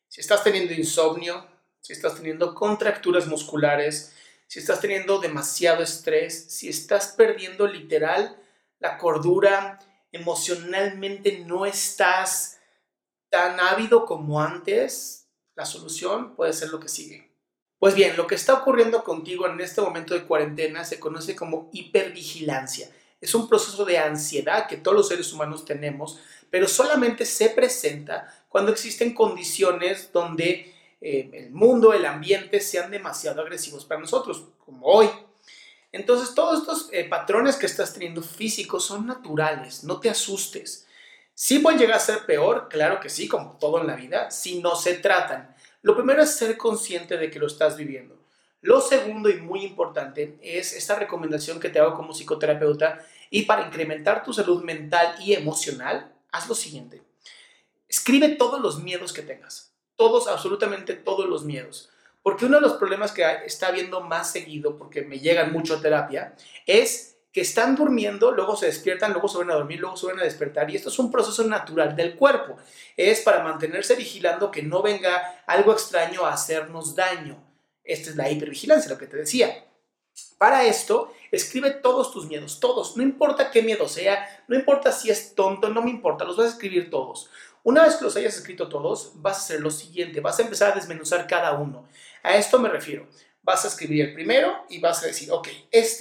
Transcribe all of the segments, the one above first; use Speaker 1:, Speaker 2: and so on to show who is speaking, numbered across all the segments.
Speaker 1: Si estás teniendo insomnio, si estás teniendo contracturas musculares, si estás teniendo demasiado estrés, si estás perdiendo literal la cordura, emocionalmente no estás tan ávido como antes, la solución puede ser lo que sigue. Pues bien, lo que está ocurriendo contigo en este momento de cuarentena se conoce como hipervigilancia. Es un proceso de ansiedad que todos los seres humanos tenemos, pero solamente se presenta cuando existen condiciones donde el mundo, el ambiente sean demasiado agresivos para nosotros, como hoy. Entonces, todos estos patrones que estás teniendo físicos son naturales, no te asustes. Sí pueden llegar a ser peor, claro que sí, como todo en la vida, si no se tratan. Lo primero es ser consciente de que lo estás viviendo. Lo segundo y muy importante es esta recomendación que te hago como psicoterapeuta y para incrementar tu salud mental y emocional, haz lo siguiente. Escribe todos los miedos que tengas, todos, absolutamente todos los miedos. Porque uno de los problemas que está habiendo más seguido, porque me llegan mucho a terapia, es que están durmiendo, luego se despiertan, luego se van a dormir, luego se van a despertar. Y esto es un proceso natural del cuerpo. Es para mantenerse vigilando que no venga algo extraño a hacernos daño. Esta es la hipervigilancia, lo que te decía. Para esto, escribe todos tus miedos, todos. No importa qué miedo sea, no importa si es tonto, no me importa, los vas a escribir todos. Una vez que los hayas escrito todos, vas a hacer lo siguiente, vas a empezar a desmenuzar cada uno. A esto me refiero. Vas a escribir el primero y vas a decir, ok,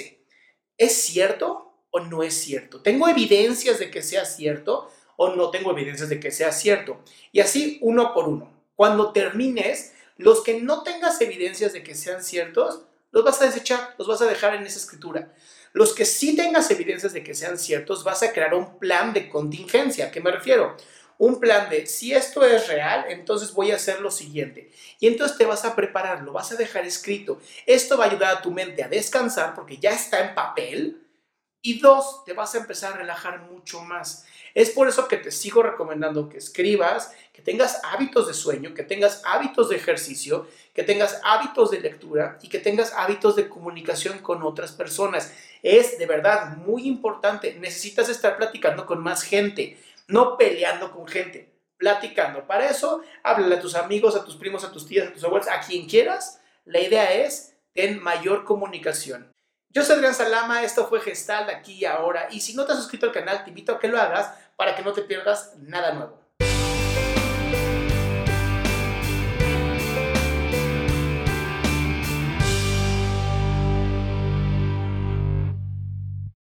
Speaker 1: ¿es cierto o no es cierto? ¿Tengo evidencias de que sea cierto o no tengo evidencias de que sea cierto? Y así uno por uno. Cuando termines, los que no tengas evidencias de que sean ciertos, los vas a desechar, los vas a dejar en esa escritura. Los que sí tengas evidencias de que sean ciertos, vas a crear un plan de contingencia. ¿A qué me refiero? Un plan de, si esto es real, entonces voy a hacer lo siguiente. Y entonces te vas a preparar, lo vas a dejar escrito. Esto va a ayudar a tu mente a descansar porque ya está en papel. Y dos, te vas a empezar a relajar mucho más. Es por eso que te sigo recomendando que escribas, que tengas hábitos de sueño, que tengas hábitos de ejercicio, que tengas hábitos de lectura y que tengas hábitos de comunicación con otras personas. Es de verdad muy importante. Necesitas estar platicando con más gente, no peleando con gente, platicando. Para eso, háblale a tus amigos, a tus primos, a tus tías, a tus abuelos, a quien quieras. La idea es tener mayor comunicación. Yo soy Adrián Salama, esto fue Gestalt aquí y ahora. Y si no te has suscrito al canal, te invito a que lo hagas para que no te pierdas nada nuevo.